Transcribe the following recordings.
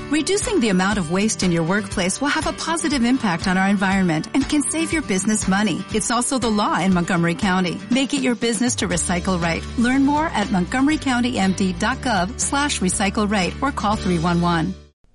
Reducing the amount of waste in your workplace will have a positive impact on our environment and can save your business money. It's also the law in Montgomery County. Make it your business to recycle right. Learn more at montgomerycountymd.gov/recycle right or call 311.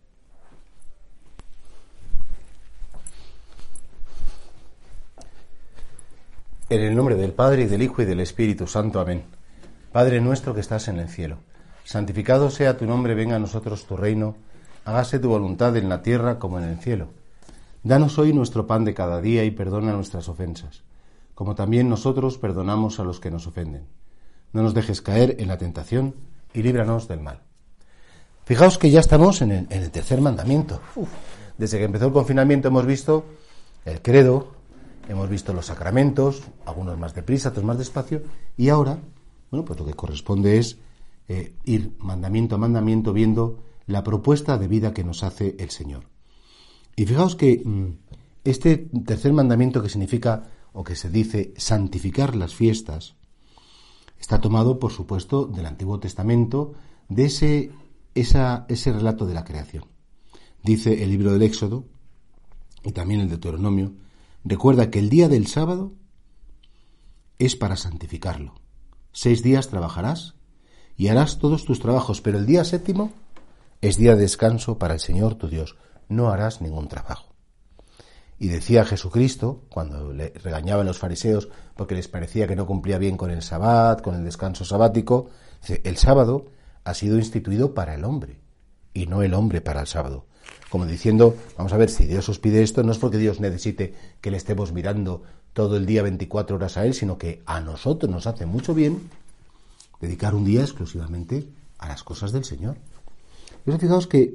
En el nombre del Padre, y del Hijo, y del Espíritu Santo. Amén. Padre nuestro que estás en el cielo, santificado sea tu nombre, venga a nosotros tu reino, hágase tu voluntad en la tierra como en el cielo. Danos hoy nuestro pan de cada día y perdona nuestras ofensas, como también nosotros perdonamos a los que nos ofenden. No nos dejes caer en la tentación y líbranos del mal. Fijaos que ya estamos en el tercer mandamiento. Desde que empezó el confinamiento hemos visto el credo, hemos visto los sacramentos, algunos más deprisa, otros más despacio, y ahora, pues lo que corresponde es ir mandamiento a mandamiento viendo la propuesta de vida que nos hace el Señor. Y fijaos que este tercer mandamiento, que significa, o que se dice, santificar las fiestas, está tomado, por supuesto, del Antiguo Testamento, de ese relato de la creación. Dice el libro del Éxodo, y también el Deuteronomio: recuerda que el día del sábado es para santificarlo. 6 días trabajarás y harás todos tus trabajos, pero el día séptimo es día de descanso para el Señor tu Dios. No harás ningún trabajo. Y decía Jesucristo, cuando le regañaban los fariseos porque les parecía que no cumplía bien con el sabbat, con el descanso sabático, dice: el sábado ha sido instituido para el hombre y no el hombre para el sábado. Como diciendo, vamos a ver, si Dios os pide esto, no es porque Dios necesite que le estemos mirando todo el día 24 horas a Él, sino que a nosotros nos hace mucho bien dedicar un día exclusivamente a las cosas del Señor. Entonces, fijaos que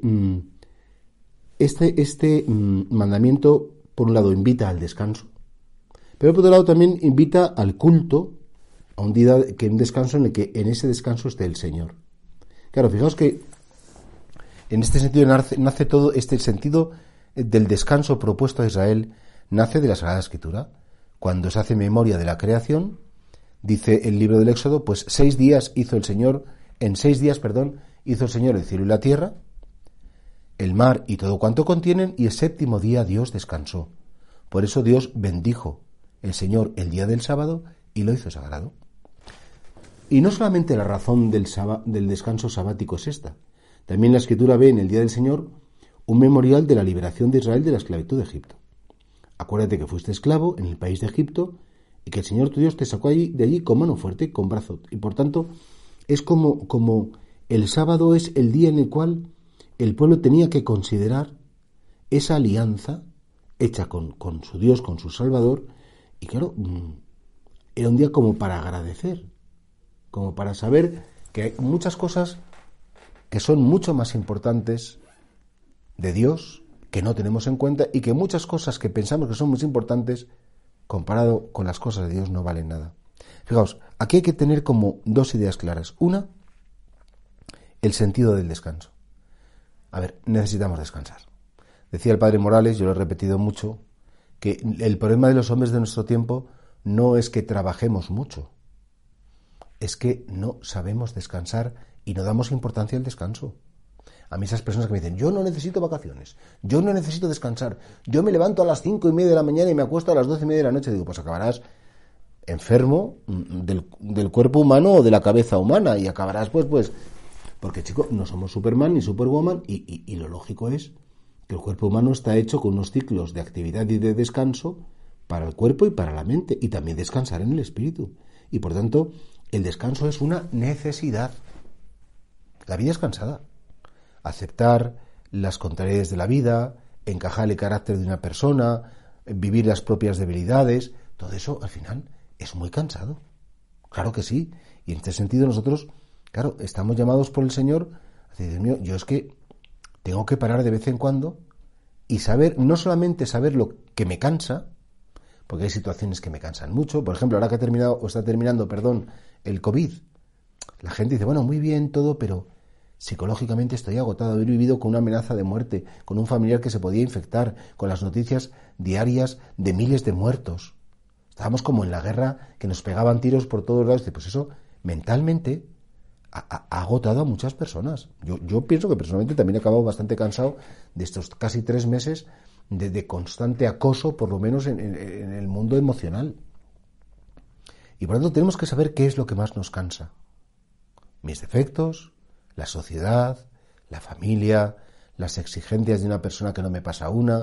este mandamiento, por un lado, invita al descanso, pero por otro lado también invita al culto, a un día, un descanso en el que en ese descanso esté el Señor. Claro, fijaos que en este sentido nace todo este sentido del descanso propuesto a Israel, nace de la Sagrada Escritura. Cuando se hace memoria de la creación, dice el libro del Éxodo, pues 6 días hizo el Señor, en 6 días, hizo el Señor el cielo y la tierra, el mar y todo cuanto contienen, y el séptimo día Dios descansó. Por eso Dios bendijo el Señor el día del sábado y lo hizo sagrado. Y no solamente la razón del descanso sabático es esta. También la Escritura ve en el día del Señor un memorial de la liberación de Israel de la esclavitud de Egipto. Acuérdate que fuiste esclavo en el país de Egipto y que el Señor tu Dios te sacó de allí con mano fuerte, con brazo. Y por tanto, es como el sábado es el día en el cual el pueblo tenía que considerar esa alianza hecha con su Dios, con su Salvador. Y claro, era un día como para agradecer, como para saber que hay muchas cosas que son mucho más importantes de Dios, que no tenemos en cuenta, y que muchas cosas que pensamos que son muy importantes, comparado con las cosas de Dios, no valen nada. Fijaos, aquí hay que tener como 2 ideas claras. Una, el sentido del descanso. A ver, necesitamos descansar. Decía el padre Morales, yo lo he repetido mucho, que el problema de los hombres de nuestro tiempo no es que trabajemos mucho, es que no sabemos descansar y no damos importancia al descanso. A mí esas personas que me dicen: yo no necesito vacaciones, yo no necesito descansar, yo me levanto a las 5:30 de la mañana y me acuesto a las 12:30 de la noche, digo, pues acabarás enfermo del cuerpo humano o de la cabeza humana, y acabarás pues porque, chico, no somos Superman ni Superwoman, y lo lógico es que el cuerpo humano está hecho con unos ciclos de actividad y de descanso para el cuerpo y para la mente, y también descansar en el espíritu. Y por tanto, el descanso es una necesidad. La vida es cansada. Aceptar las contrariedades de la vida, encajar el carácter de una persona, vivir las propias debilidades, todo eso al final es muy cansado. Claro que sí. Y en este sentido nosotros, claro, estamos llamados por el Señor a decir: Dios mío, yo es que tengo que parar de vez en cuando y saber, no solamente saber lo que me cansa, porque hay situaciones que me cansan mucho. Por ejemplo, ahora que está terminando el COVID, la gente dice: bueno, muy bien todo, pero psicológicamente estoy agotado, haber vivido con una amenaza de muerte, con un familiar que se podía infectar, con las noticias diarias de miles de muertos. Estábamos como en la guerra, que nos pegaban tiros por todos lados. Pues eso, mentalmente, ha agotado a muchas personas. Yo pienso que personalmente también he acabado bastante cansado de estos casi 3 meses de constante acoso, por lo menos en el mundo emocional. Y por lo tanto tenemos que saber qué es lo que más nos cansa. Mis defectos, la sociedad, la familia, las exigencias de una persona que no me pasa una,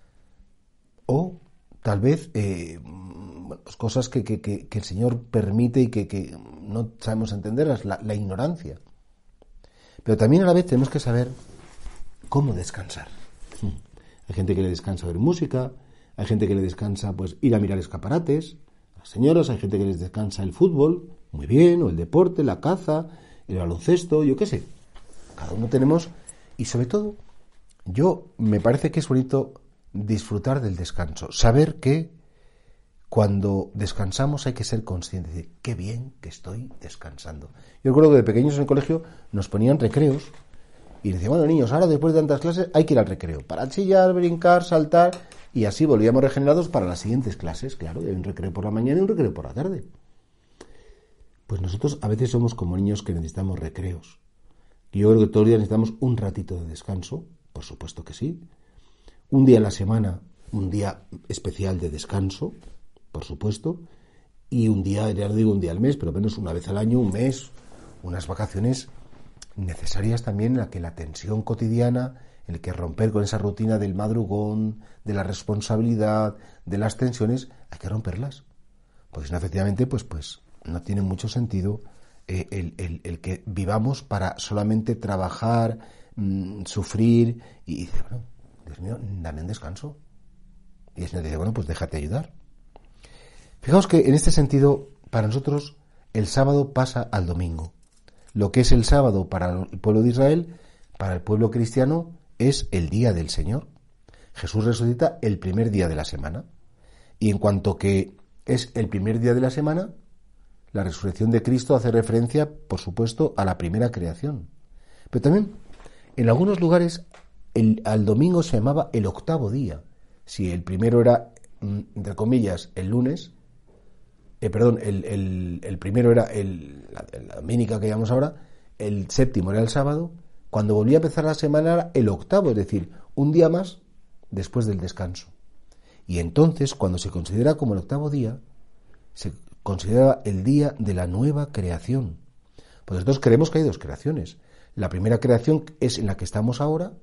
o tal vez pues cosas que el Señor permite y que no sabemos entenderlas, la ignorancia. Pero también a la vez tenemos que saber cómo descansar. Hay gente que le descansa ver música, hay gente que le descansa pues ir a mirar escaparates, las señoras, hay gente que les descansa el fútbol, muy bien, o el deporte, la caza, el baloncesto, yo qué sé. Cada uno tenemos, y sobre todo, me parece que es bonito disfrutar del descanso, saber que cuando descansamos hay que ser conscientes de qué bien que estoy descansando. Yo recuerdo que de pequeños en el colegio nos ponían recreos y decían, bueno, niños, ahora después de tantas clases hay que ir al recreo para chillar, brincar, saltar, y así volvíamos regenerados para las siguientes clases. Claro, hay un recreo por la mañana y un recreo por la tarde. Pues nosotros a veces somos como niños que necesitamos recreos. Yo creo que todos los días necesitamos un ratito de descanso, por supuesto que sí. Un día a la semana, un día especial de descanso, por supuesto, y un día, ya no digo un día al mes, pero menos una vez al año, un mes, unas vacaciones necesarias también en la que la tensión cotidiana, en el que romper con esa rutina del madrugón, de la responsabilidad, de las tensiones, hay que romperlas. Porque si no, efectivamente, pues no tiene mucho sentido el que vivamos para solamente trabajar, sufrir, y dice, bueno, Dios mío, dame un descanso. Y el Señor dice, bueno, pues déjate ayudar. Fijaos que en este sentido, para nosotros, el sábado pasa al domingo. Lo que es el sábado para el pueblo de Israel, para el pueblo cristiano, es el día del Señor. Jesús resucita el primer día de la semana. Y en cuanto que es el primer día de la semana, la resurrección de Cristo hace referencia, por supuesto, a la primera creación. Pero también, en algunos lugares, al domingo se llamaba el octavo día. Si el primero era, entre comillas, el lunes, el primero era la dominica que llamamos ahora, el séptimo era el sábado, cuando volvía a empezar la semana era el octavo, es decir, un día más después del descanso. Y entonces, cuando se considera como el octavo día, se considera el día de la nueva creación. Pues nosotros creemos que hay 2 creaciones. La primera creación es en la que estamos ahora,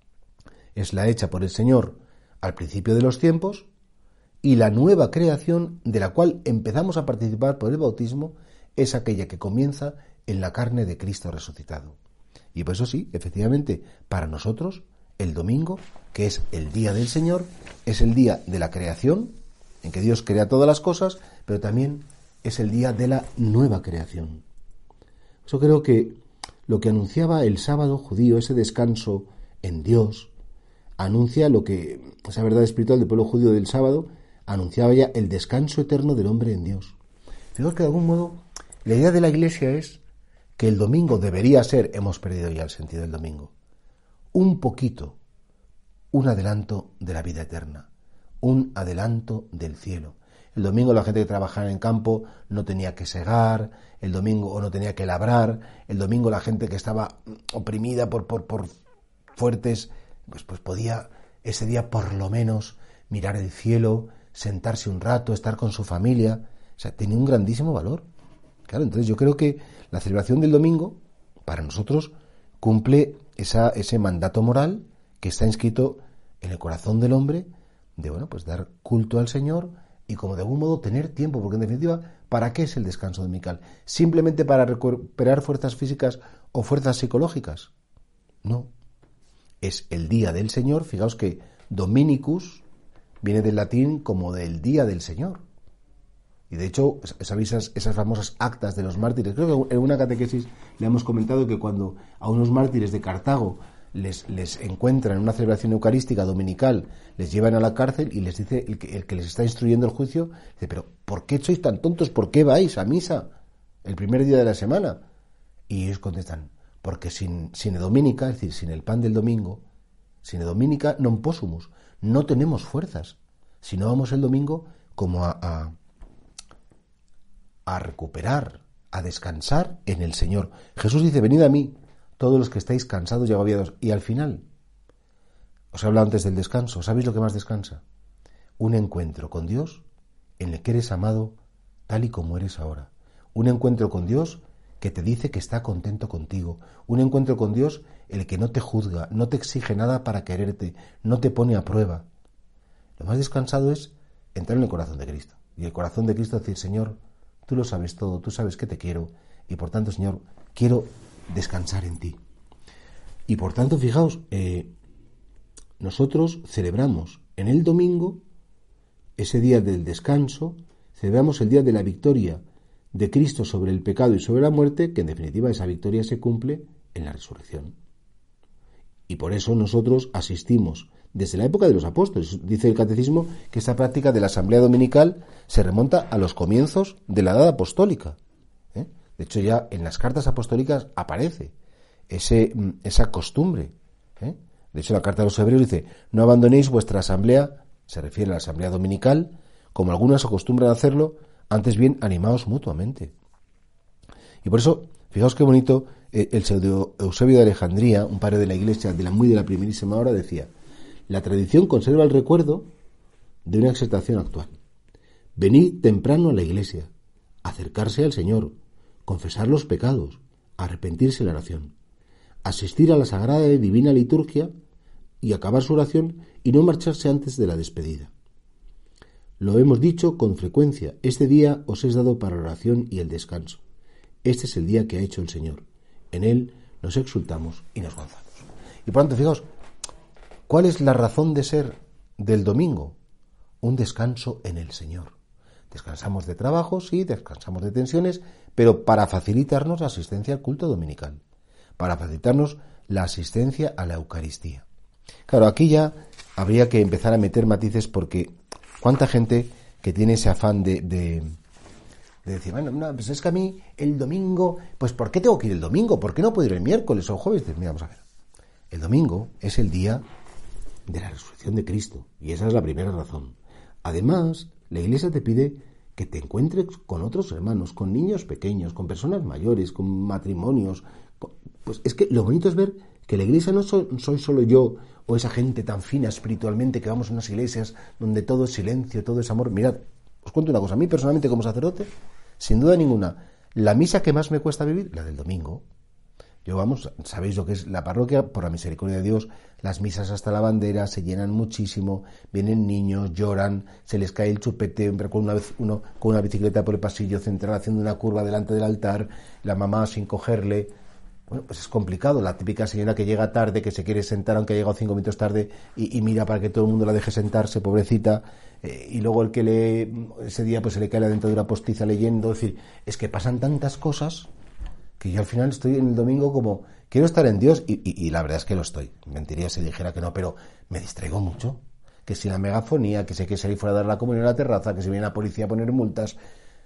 es la hecha por el Señor al principio de los tiempos, y la nueva creación de la cual empezamos a participar por el bautismo es aquella que comienza en la carne de Cristo resucitado. Y por eso sí, efectivamente, para nosotros el domingo, que es el día del Señor, es el día de la creación, en que Dios crea todas las cosas, pero también es el día de la nueva creación. Yo creo que lo que anunciaba el sábado judío, ese descanso en Dios, anuncia lo que esa verdad espiritual del pueblo judío del sábado anunciaba ya el descanso eterno del hombre en Dios. Fijaos que de algún modo la idea de la Iglesia es que el domingo debería ser, hemos perdido ya el sentido del domingo, un poquito, un adelanto de la vida eterna, un adelanto del cielo. El domingo la gente que trabajaba en el campo no tenía que segar, el domingo o no tenía que labrar, el domingo la gente que estaba oprimida por fuertes, pues podía ese día por lo menos mirar el cielo, sentarse un rato, estar con su familia. O sea, tenía un grandísimo valor. Claro, entonces yo creo que la celebración del domingo, para nosotros, cumple ese mandato moral que está inscrito en el corazón del hombre de, bueno, pues dar culto al Señor y como de algún modo tener tiempo, porque en definitiva, ¿para qué es el descanso dominical? ¿Simplemente para recuperar fuerzas físicas o fuerzas psicológicas? No. Es el día del Señor. Fijaos que Dominicus viene del latín como del día del Señor. Y de hecho, ¿sabéis esas famosas actas de los mártires? Creo que en una catequesis le hemos comentado que cuando a unos mártires de Cartago les encuentran en una celebración eucarística dominical, les llevan a la cárcel y les dice el que les está instruyendo el juicio, dice, pero ¿por qué sois tan tontos? ¿Por qué vais a misa el primer día de la semana? Y ellos contestan, porque sin dominica, es decir, sin el pan del domingo, sin dominica non possumus, no tenemos fuerzas. Si no vamos el domingo como a recuperar, a descansar en el Señor. Jesús dice, venid a mí, todos los que estáis cansados y agobiados. Y al final, os he hablado antes del descanso, ¿sabéis lo que más descansa? Un encuentro con Dios en el que eres amado tal y como eres ahora. Un encuentro con Dios que te dice que está contento contigo. Un encuentro con Dios en el que no te juzga, no te exige nada para quererte, no te pone a prueba. Lo más descansado es entrar en el corazón de Cristo. Y el corazón de Cristo es decir, Señor, tú lo sabes todo, tú sabes que te quiero, y por tanto, Señor, quiero descansar en ti. Y por tanto, fijaos, nosotros celebramos en el domingo, ese día del descanso, celebramos el día de la victoria de Cristo sobre el pecado y sobre la muerte, que en definitiva esa victoria se cumple en la resurrección. Y por eso nosotros asistimos desde la época de los apóstoles. Dice el catecismo que esta práctica de la asamblea dominical se remonta a los comienzos de la edad apostólica. De hecho, ya en las cartas apostólicas aparece esa costumbre. De hecho, la carta a los hebreos dice, no abandonéis vuestra asamblea, se refiere a la asamblea dominical, como algunos acostumbran a hacerlo, antes bien animaos mutuamente. Y por eso, fijaos qué bonito, el pseudo Eusebio de Alejandría, un padre de la Iglesia de la primerísima hora, decía, la tradición conserva el recuerdo de una exaltación actual. Venid temprano a la Iglesia, acercarse al Señor, confesar los pecados, arrepentirse en la oración, asistir a la sagrada y divina liturgia y acabar su oración y no marcharse antes de la despedida. Lo hemos dicho con frecuencia, este día os es dado para la oración y el descanso. Este es el día que ha hecho el Señor. En él nos exultamos y nos gozamos. Y por tanto, fijaos, ¿cuál es la razón de ser del domingo? Un descanso en el Señor. Descansamos de trabajo, sí, descansamos de tensiones, pero para facilitarnos la asistencia al culto dominical, para facilitarnos la asistencia a la Eucaristía. Claro, aquí ya habría que empezar a meter matices porque cuánta gente que tiene ese afán de decir, bueno, no, pues es que a mí el domingo, pues ¿por qué tengo que ir el domingo? ¿Por qué no puedo ir el miércoles o el jueves? Mira, vamos a ver. El domingo es el día de la resurrección de Cristo y esa es la primera razón. Además, la Iglesia te pide que te encuentres con otros hermanos, con niños pequeños, con personas mayores, con matrimonios. Pues es que lo bonito es ver que la Iglesia no soy solo yo o esa gente tan fina espiritualmente que vamos a unas iglesias donde todo es silencio, todo es amor. Mirad, os cuento una cosa. A mí personalmente como sacerdote, sin duda ninguna, la misa que más me cuesta vivir, la del domingo. Yo, vamos, sabéis lo que es la parroquia, por la misericordia de Dios, las misas hasta la bandera se llenan muchísimo, vienen niños, lloran, se les cae el chupete, uno con una bicicleta por el pasillo central haciendo una curva delante del altar, la mamá sin cogerle. Bueno, pues es complicado, la típica señora que llega tarde, que se quiere sentar aunque ha llegado 5 minutos tarde y mira para que todo el mundo la deje sentarse, pobrecita, y luego el que lee ese día pues se le cae la dentadura postiza leyendo, es decir, es que pasan tantas cosas que yo al final estoy en el domingo como, quiero estar en Dios, y la verdad es que lo estoy, mentiría si dijera que no, pero me distraigo mucho, que si la megafonía, que si hay que salir fuera a dar la comunión a la terraza, que si viene la policía a poner multas,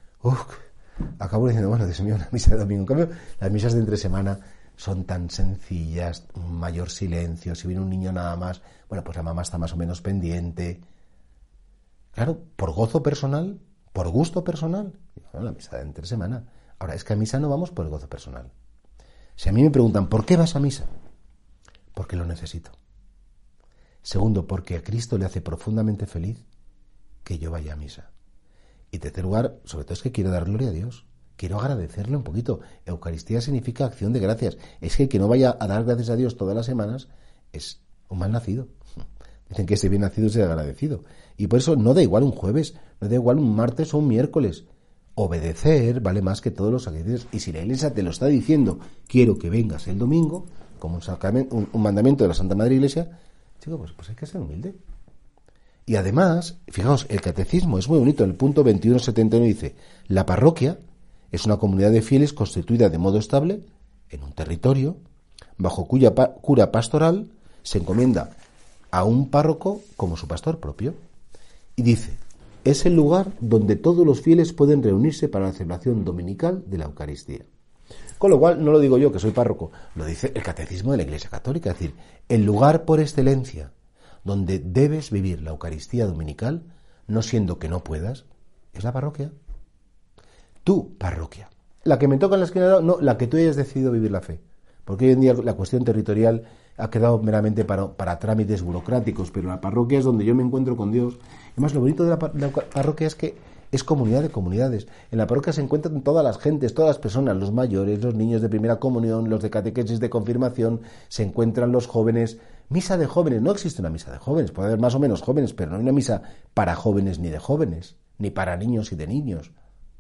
acabo diciendo, bueno, Dios mío, una misa de domingo. En cambio, las misas de entre semana son tan sencillas, un mayor silencio, si viene un niño nada más, bueno, pues la mamá está más o menos pendiente. Claro, por gozo personal, por gusto personal, bueno, la misa de entre semana. Ahora, es que a misa no vamos por el gozo personal. Si a mí me preguntan, ¿por qué vas a misa? Porque lo necesito. Segundo, porque a Cristo le hace profundamente feliz que yo vaya a misa. Y tercer lugar, sobre todo es que quiero dar gloria a Dios. Quiero agradecerle un poquito. Eucaristía significa acción de gracias. Es que el que no vaya a dar gracias a Dios todas las semanas es un mal nacido. Dicen que ese bien nacido es el agradecido. Y por eso no da igual un jueves, no da igual un martes o un miércoles. Obedecer vale más que todos los sacrificios. Y si la Iglesia te lo está diciendo, quiero que vengas el domingo, como un mandamiento de la Santa Madre Iglesia, chico, pues hay que ser humilde. Y además, fijaos, el catecismo es muy bonito. En el punto 2171 dice, la parroquia es una comunidad de fieles constituida de modo estable en un territorio, bajo cuya cura pastoral se encomienda a un párroco como su pastor propio. Y dice, es el lugar donde todos los fieles pueden reunirse para la celebración dominical de la Eucaristía. Con lo cual, no lo digo yo, que soy párroco, lo dice el catecismo de la Iglesia Católica, es decir, el lugar por excelencia donde debes vivir la Eucaristía dominical, no siendo que no puedas, es la parroquia. Tu parroquia. la que me toca en la esquina de al lado, no, la que tú hayas decidido vivir la fe. Porque hoy en día la cuestión territorial ha quedado meramente para trámites burocráticos, pero la parroquia es donde yo me encuentro con Dios. Además, lo bonito de la parroquia es que es comunidad de comunidades. En la parroquia se encuentran todas las gentes, todas las personas, los mayores, los niños de primera comunión, los de catequesis de confirmación, se encuentran los jóvenes. Misa de jóvenes, no existe una misa de jóvenes, puede haber más o menos jóvenes, pero no hay una misa para jóvenes ni de jóvenes, ni para niños y de niños.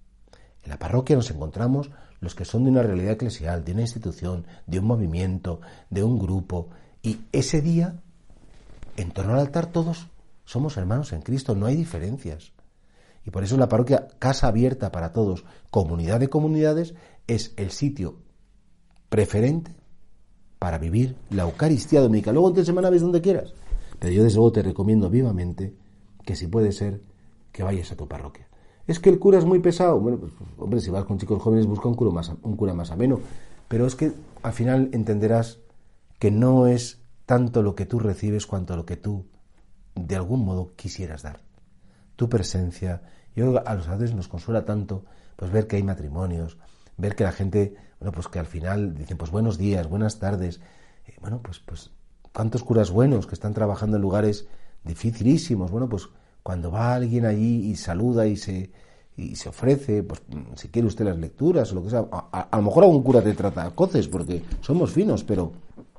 En la parroquia nos encontramos los que son de una realidad eclesial, de una institución, de un movimiento, de un grupo, y ese día, en torno al altar, todos somos hermanos en Cristo, no hay diferencias. Y por eso la parroquia, casa abierta para todos, comunidad de comunidades, es el sitio preferente para vivir la Eucaristía dominical. Luego entre semana ves donde quieras, pero yo desde luego te recomiendo vivamente que si puede ser, que vayas a tu parroquia. Es que el cura es muy pesado. Bueno, pues, hombre, si vas con chicos jóvenes busca un cura más ameno, pero es que al final entenderás que no es tanto lo que tú recibes cuanto lo que tú de algún modo quisieras dar. Tu presencia. Yo a los sacerdotes nos consuela tanto pues ver que hay matrimonios, ver que la gente, bueno, pues que al final dicen pues buenos días, buenas tardes. Bueno, pues cuántos curas buenos que están trabajando en lugares dificilísimos. Bueno, pues cuando va alguien allí y saluda y se ofrece, pues si quiere usted las lecturas o lo que sea, a lo mejor algún cura te trata a coces porque somos finos, pero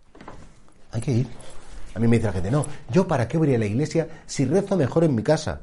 hay que ir. A mí me dice la gente, no, ¿yo para qué voy a ir a la iglesia si rezo mejor en mi casa?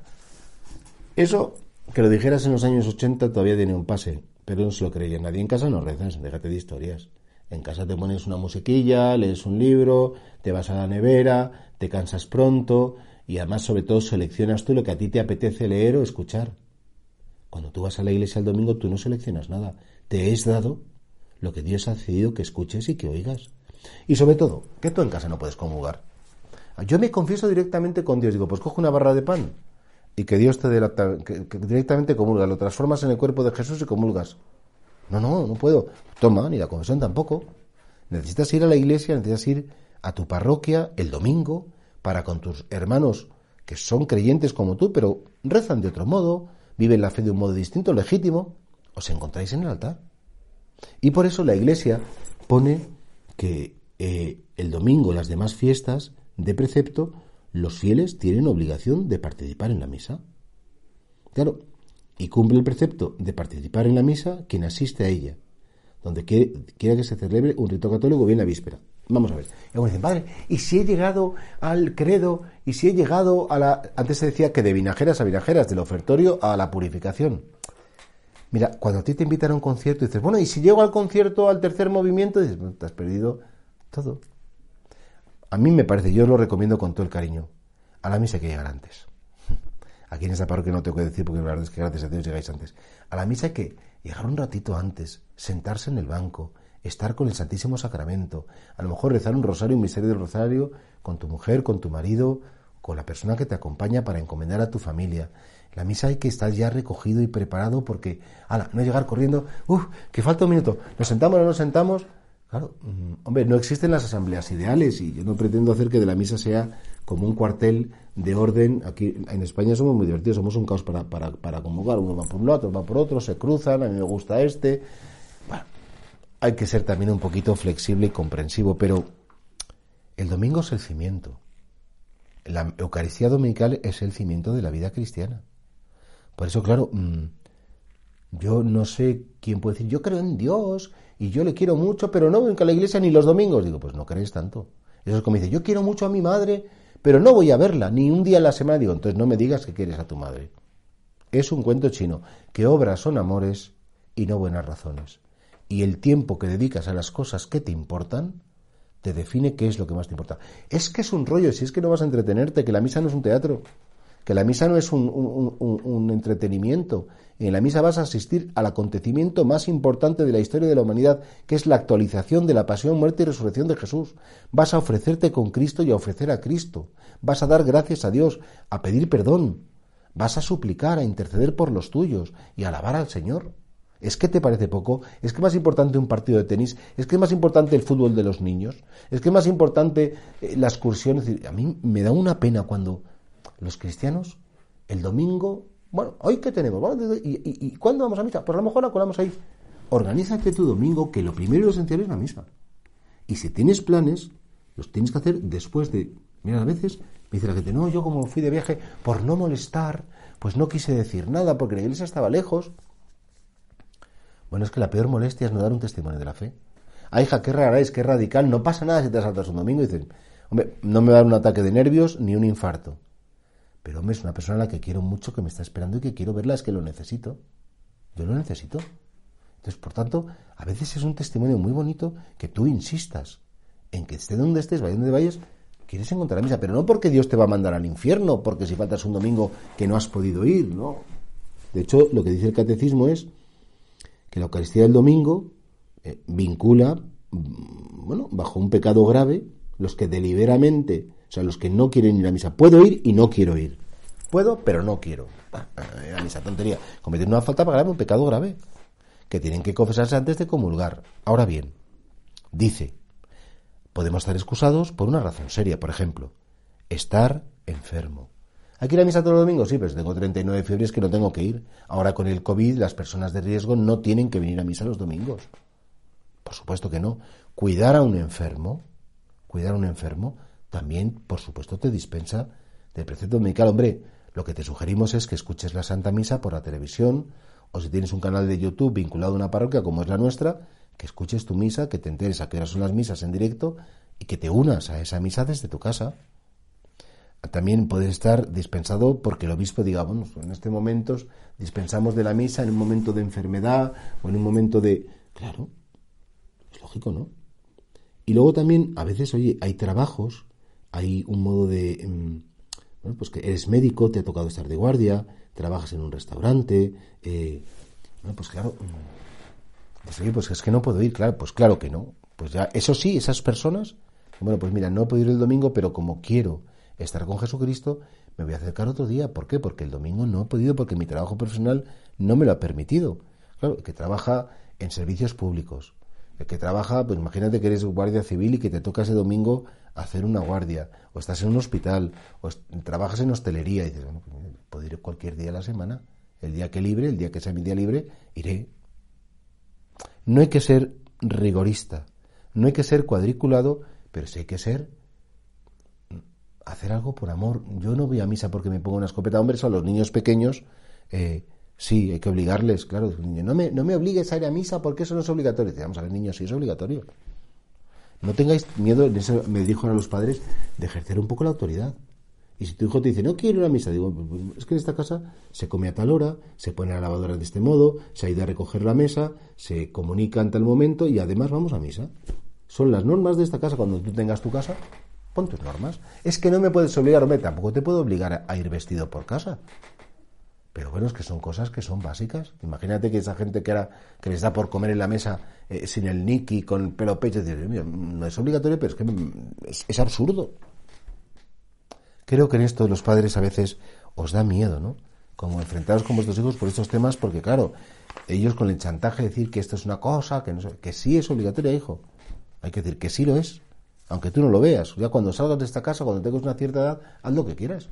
Eso, que lo dijeras en los años 80 todavía tiene un pase, pero no se lo creía nadie. En casa no rezas, déjate de historias. En casa te pones una musiquilla, lees un libro, te vas a la nevera, te cansas pronto y además sobre todo seleccionas tú lo que a ti te apetece leer o escuchar. Cuando tú vas a la iglesia el domingo tú no seleccionas nada, te es dado lo que Dios ha decidido que escuches y que oigas. Y sobre todo, que tú en casa no puedes comulgar. Yo me confieso directamente con Dios, digo, pues coge una barra de pan y que Dios te dé que directamente comulgas, lo transformas en el cuerpo de Jesús y comulgas. No puedo. Toma, ni la confesión tampoco. Necesitas ir a la iglesia, necesitas ir a tu parroquia el domingo para con tus hermanos que son creyentes como tú, pero rezan de otro modo, viven la fe de un modo distinto, legítimo, os encontráis en el altar. Y por eso la iglesia pone que el domingo, las demás fiestas de precepto, los fieles tienen obligación de participar en la misa. Claro, y cumple el precepto de participar en la misa quien asiste a ella, donde quiera que se celebre un rito católico, bien la víspera. Vamos a ver. Y algunos dicen, padre, ¿y si he llegado al credo? ¿Y si he llegado a la...? Antes se decía que de vinajeras a vinajeras, del ofertorio a la purificación. Mira, cuando a ti te invitan a un concierto, dices, bueno, ¿y si llego al concierto, al tercer movimiento? Dices, bueno, te has perdido todo. A mí me parece, yo lo recomiendo con todo el cariño, a la misa hay que llegar antes. Aquí en esta parroquia no tengo que decir porque la verdad es que gracias a Dios llegáis antes. A la misa hay que llegar un ratito antes, sentarse en el banco, estar con el Santísimo Sacramento, a lo mejor rezar un rosario, un misterio del rosario, con tu mujer, con tu marido, con la persona que te acompaña para encomendar a tu familia. La misa hay que estar ya recogido y preparado porque, no llegar corriendo, que falta un minuto, nos sentamos o no nos sentamos. Claro, hombre, no existen las asambleas ideales y yo no pretendo hacer que de la misa sea como un cuartel de orden. Aquí en España somos muy divertidos, somos un caos para convocar. Uno va por un lado, otro va por otro, se cruzan, a mí me gusta este. Bueno, hay que ser también un poquito flexible y comprensivo, pero el domingo es el cimiento. La Eucaristía dominical es el cimiento de la vida cristiana. Por eso, claro, yo no sé quién puede decir, yo creo en Dios y yo le quiero mucho, pero no voy a la iglesia ni los domingos. Digo, pues no crees tanto. Eso es como dice, yo quiero mucho a mi madre, pero no voy a verla ni un día a la semana. Digo, entonces no me digas que quieres a tu madre. Es un cuento chino, que obras son amores y no buenas razones. Y el tiempo que dedicas a las cosas que te importan te define qué es lo que más te importa. Es que es un rollo, si es que no vas a entretenerte, que la misa no es un teatro, que la misa no es un entretenimiento. En la misa vas a asistir al acontecimiento más importante de la historia de la humanidad, que es la actualización de la pasión, muerte y resurrección de Jesús. Vas a ofrecerte con Cristo y a ofrecer a Cristo. Vas a dar gracias a Dios, a pedir perdón. Vas a suplicar, a interceder por los tuyos y a alabar al Señor. ¿Es que te parece poco? ¿Es que es más importante un partido de tenis? ¿Es que es más importante el fútbol de los niños? ¿Es que es más importante la excursión? Es decir, a mí me da una pena cuando los cristianos, el domingo, bueno, ¿hoy qué tenemos? ¿Y cuándo vamos a misa? Pues a lo mejor la colamos ahí. organízate tu domingo, que lo primero y lo esencial es la misa. Y si tienes planes, los tienes que hacer después de... Mira, a veces me dice la gente, no, yo como fui de viaje, por no molestar, pues no quise decir nada, porque la iglesia estaba lejos. Bueno, es que la peor molestia es no dar un testimonio de la fe. Ah, hija, qué rara es, qué radical, no pasa nada si te saltas un domingo y dices, hombre, no me va a dar un ataque de nervios ni un infarto. Pero, hombre, es una persona a la que quiero mucho, que me está esperando y que quiero verla, es que lo necesito. Yo lo necesito. Entonces, por tanto, a veces es un testimonio muy bonito que tú insistas en que esté donde estés, vaya donde vayas, quieres encontrar la misa, pero no porque Dios te va a mandar al infierno, porque si faltas un domingo que no has podido ir, no. De hecho, lo que dice el catecismo es que la Eucaristía del domingo vincula, bajo un pecado grave, los que deliberadamente, o sea, los que no quieren ir a misa. Puedo ir y no quiero ir. Puedo, pero no quiero. A misa, tontería. Cometer una falta grave, un pecado grave, que tienen que confesarse antes de comulgar. Ahora bien, dice, podemos estar excusados por una razón seria, por ejemplo, estar enfermo. ¿Hay que ir a misa todos los domingos? Sí, pero si tengo 39 fiebres que no tengo que ir. Ahora con el COVID las personas de riesgo no tienen que venir a misa los domingos. Por supuesto que no. Cuidar a un enfermo, también, por supuesto, te dispensa del precepto dominical. Hombre, lo que te sugerimos es que escuches la Santa Misa por la televisión, o si tienes un canal de YouTube vinculado a una parroquia como es la nuestra, que escuches tu misa, que te enteres a qué horas son las misas en directo y que te unas a esa misa desde tu casa. También puedes estar dispensado porque el obispo diga, bueno, en este momento dispensamos de la misa en un momento de enfermedad o en un momento de... Claro, es lógico, ¿no? Y luego también, a veces, oye, hay trabajos, hay un modo de... pues que eres médico, te ha tocado estar de guardia, trabajas en un restaurante, pues claro, pues oye, pues es que no puedo ir, claro, pues claro que no. Pues ya, eso sí, esas personas, bueno, pues mira, no puedo ir el domingo, pero como quiero estar con Jesucristo, me voy a acercar otro día. ¿Por qué? Porque el domingo no he podido, porque mi trabajo profesional no me lo ha permitido. Claro, el que trabaja en servicios públicos, el que trabaja, pues imagínate que eres guardia civil y que te toca ese domingo hacer una guardia, o estás en un hospital, o trabajas en hostelería, y dices, bueno, pues puedo ir cualquier día a la semana, el día que libre, el día que sea mi día libre, iré. No hay que ser rigorista, no hay que ser cuadriculado, pero sí hay que hacer algo por amor. Yo no voy a misa porque me pongo una escopeta. Hombre, son los niños pequeños, sí, hay que obligarles, claro. No me obligues a ir a misa porque eso no es obligatorio. Vamos a ver, niños, sí es obligatorio. No tengáis miedo, en eso me dijo a los padres, de ejercer un poco la autoridad. Y si tu hijo te dice, no quiero ir a misa, digo, pues es que en esta casa se come a tal hora, se pone la lavadora de este modo, se ha ido a recoger la mesa, se comunica en tal momento y además vamos a misa. Son las normas de esta casa. Cuando tú tengas tu casa, pon tus normas. Es que no me puedes obligar, hombre, tampoco te puedo obligar a ir vestido por casa. Pero bueno, es que son cosas que son básicas. Imagínate que esa gente que les da por comer en la mesa sin el niki, con el pelo pecho, no es obligatorio, pero es que es absurdo. Creo que en esto los padres a veces os da miedo, ¿no? Como enfrentaros con vuestros hijos por estos temas, porque claro, ellos con el chantaje de decir que esto es una cosa, que sí es obligatoria, hijo. Hay que decir que sí lo es, aunque tú no lo veas. Ya cuando salgas de esta casa, cuando tengas una cierta edad, haz lo que quieras.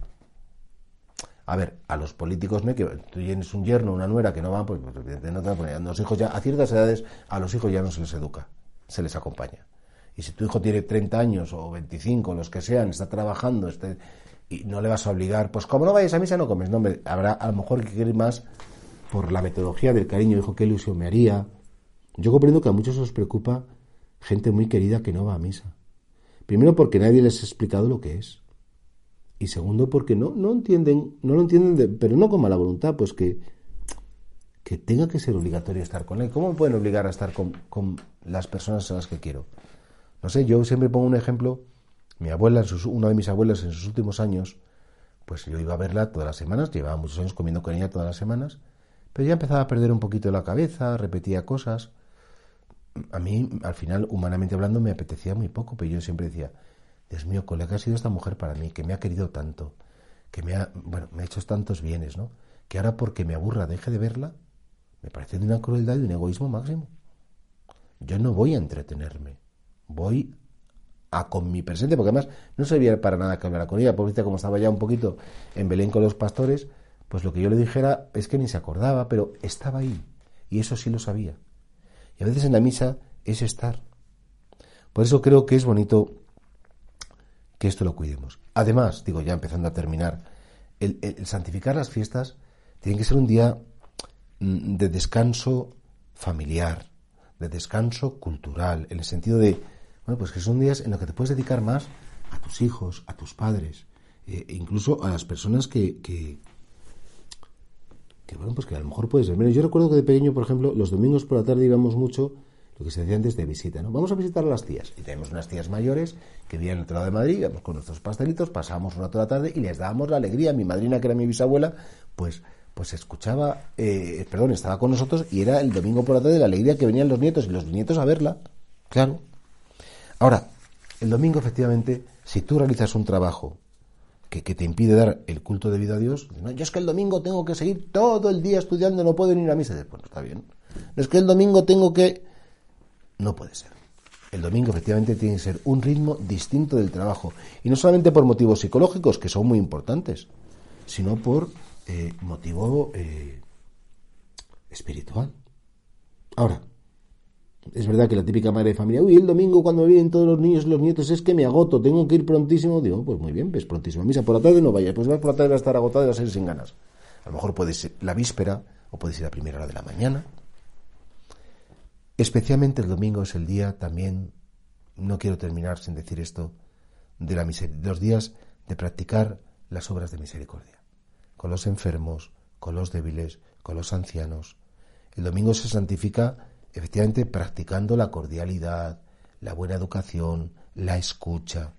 A ver, a los políticos, que tú tienes un yerno, una nuera que no va, pues no te van a poner. A los hijos ya, a ciertas edades, a los hijos ya no se les educa, se les acompaña. Y si tu hijo tiene 30 años o 25, los que sean, está trabajando, y no le vas a obligar, pues como no vayas a misa no comes. No, hombre, habrá a lo mejor que ir más por la metodología del cariño. Hijo, qué ilusión me haría. Yo comprendo que a muchos os preocupa gente muy querida que no va a misa. Primero porque nadie les ha explicado lo que es. Y segundo porque no lo entienden, pero no con mala voluntad, pues que tenga que ser obligatorio estar con él. ¿Cómo me pueden obligar a estar con las personas a las que quiero? No sé, yo siempre pongo un ejemplo. Mi abuela, una de mis abuelas en sus últimos años, pues yo iba a verla todas las semanas, llevaba muchos años comiendo con ella todas las semanas, pero ya empezaba a perder un poquito la cabeza, repetía cosas. A mí, al final, humanamente hablando, me apetecía muy poco, pero yo siempre decía, Dios mío, colega, ha sido esta mujer para mí, que me ha querido tanto, que me ha hecho tantos bienes, ¿no? Que ahora porque me aburra deje de verla, me parece de una crueldad y de un egoísmo máximo. Yo no voy a entretenerme, voy con mi presente, porque además no servía para nada que hablara con ella, pobrecita, como estaba ya un poquito en Belén con los pastores, pues lo que yo le dijera es que ni se acordaba, pero estaba ahí, y eso sí lo sabía. Y a veces en la misa es estar. Por eso creo que es bonito que esto lo cuidemos. Además, digo ya empezando a terminar, el santificar las fiestas tiene que ser un día de descanso familiar, de descanso cultural, en el sentido de, bueno, pues que son días en los que te puedes dedicar más a tus hijos, a tus padres, incluso a las personas que bueno, pues que a lo mejor puedes ver. Mira, yo recuerdo que de pequeño, por ejemplo, los domingos por la tarde íbamos mucho, lo que se decía antes de visita, ¿no? Vamos a visitar a las tías. Y tenemos unas tías mayores que vivían en otro lado de Madrid, íbamos con nuestros pastelitos, pasábamos una toda la tarde y les dábamos la alegría. Mi madrina, que era mi bisabuela, pues estaba con nosotros y era el domingo por la tarde la alegría que venían los nietos y los nietos a verla. Claro. Ahora, el domingo, efectivamente, si tú realizas un trabajo que te impide dar el culto debido a Dios, no, yo es que el domingo tengo que seguir todo el día estudiando, no puedo ir a misa. Pues está bien. No es que el domingo tengo que... No puede ser. El domingo, efectivamente, tiene que ser un ritmo distinto del trabajo. Y no solamente por motivos psicológicos, que son muy importantes, sino por motivo espiritual. Ahora, es verdad que la típica madre de familia, el domingo cuando me vienen todos los niños y los nietos es que me agoto, tengo que ir prontísimo. Digo, pues muy bien, ves prontísimo a misa, por la tarde no vayas, pues vas por la tarde, vas a estar agotado y vas a ir sin ganas. A lo mejor puedes ir la víspera o puedes ir a primera hora de la mañana. Especialmente el domingo es el día también, no quiero terminar sin decir esto, de los días de practicar las obras de misericordia, con los enfermos, con los débiles, con los ancianos. El domingo se santifica efectivamente practicando la cordialidad, la buena educación, la escucha.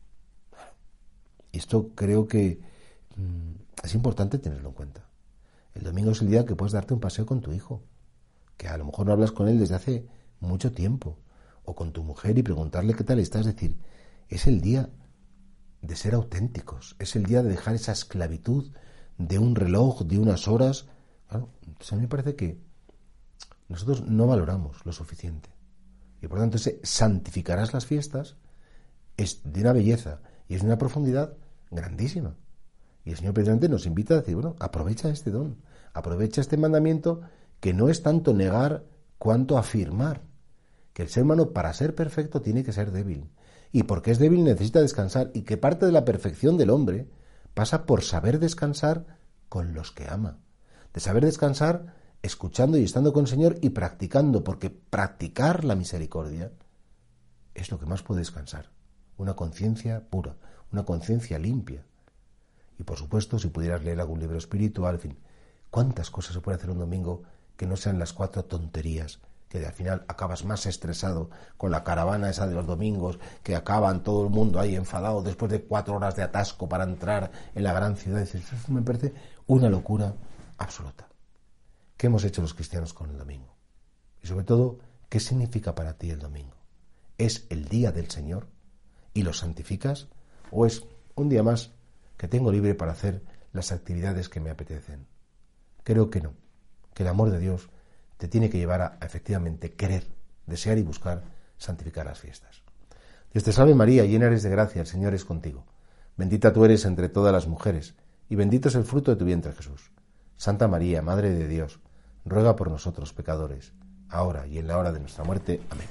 Y esto creo que es importante tenerlo en cuenta. El domingo es el día que puedes darte un paseo con tu hijo, que a lo mejor no hablas con él desde hace mucho tiempo, o con tu mujer y preguntarle qué tal está. Es decir, es el día de ser auténticos, es el día de dejar esa esclavitud de un reloj, de unas horas. Claro, entonces a mí me parece que nosotros no valoramos lo suficiente. Y por lo tanto ese santificarás las fiestas es de una belleza y es de una profundidad grandísima. Y el Señor precisamente nos invita a decir, bueno, aprovecha este don, aprovecha este mandamiento, que no es tanto negar cuanto afirmar que el ser humano, para ser perfecto, tiene que ser débil. Y porque es débil necesita descansar, y que parte de la perfección del hombre pasa por saber descansar con los que ama. De saber descansar escuchando y estando con el Señor y practicando, porque practicar la misericordia es lo que más puede descansar. Una conciencia pura, una conciencia limpia. Y por supuesto, si pudieras leer algún libro espiritual, en fin, ¿cuántas cosas se puede hacer un domingo que no sean las 4 tonterías? Que al final acabas más estresado con la caravana esa de los domingos, que acaban todo el mundo ahí enfadado después de 4 horas de atasco para entrar en la gran ciudad. Eso me parece una locura absoluta. ¿Qué hemos hecho los cristianos con el domingo? Y sobre todo, ¿qué significa para ti el domingo? ¿Es el día del Señor y lo santificas? ¿O es un día más que tengo libre para hacer las actividades que me apetecen? Creo que no, que el amor de Dios te tiene que llevar a efectivamente querer, desear y buscar santificar las fiestas. Dios te salve María, llena eres de gracia, el Señor es contigo. Bendita tú eres entre todas las mujeres, y bendito es el fruto de tu vientre Jesús. Santa María, Madre de Dios, ruega por nosotros pecadores, ahora y en la hora de nuestra muerte. Amén.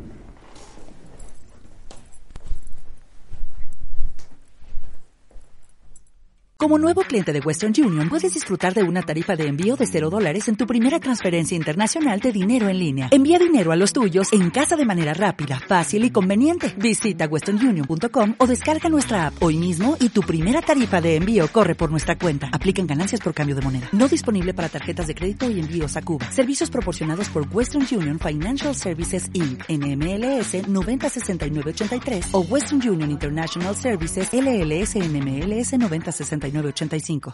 Como nuevo cliente de Western Union, puedes disfrutar de una tarifa de envío de $0 en tu primera transferencia internacional de dinero en línea. Envía dinero a los tuyos en casa de manera rápida, fácil y conveniente. Visita westernunion.com o descarga nuestra app hoy mismo y tu primera tarifa de envío corre por nuestra cuenta. Aplican ganancias por cambio de moneda. No disponible para tarjetas de crédito y envíos a Cuba. Servicios proporcionados por Western Union Financial Services Inc. NMLS 906983 o Western Union International Services LLS NMLS 906985.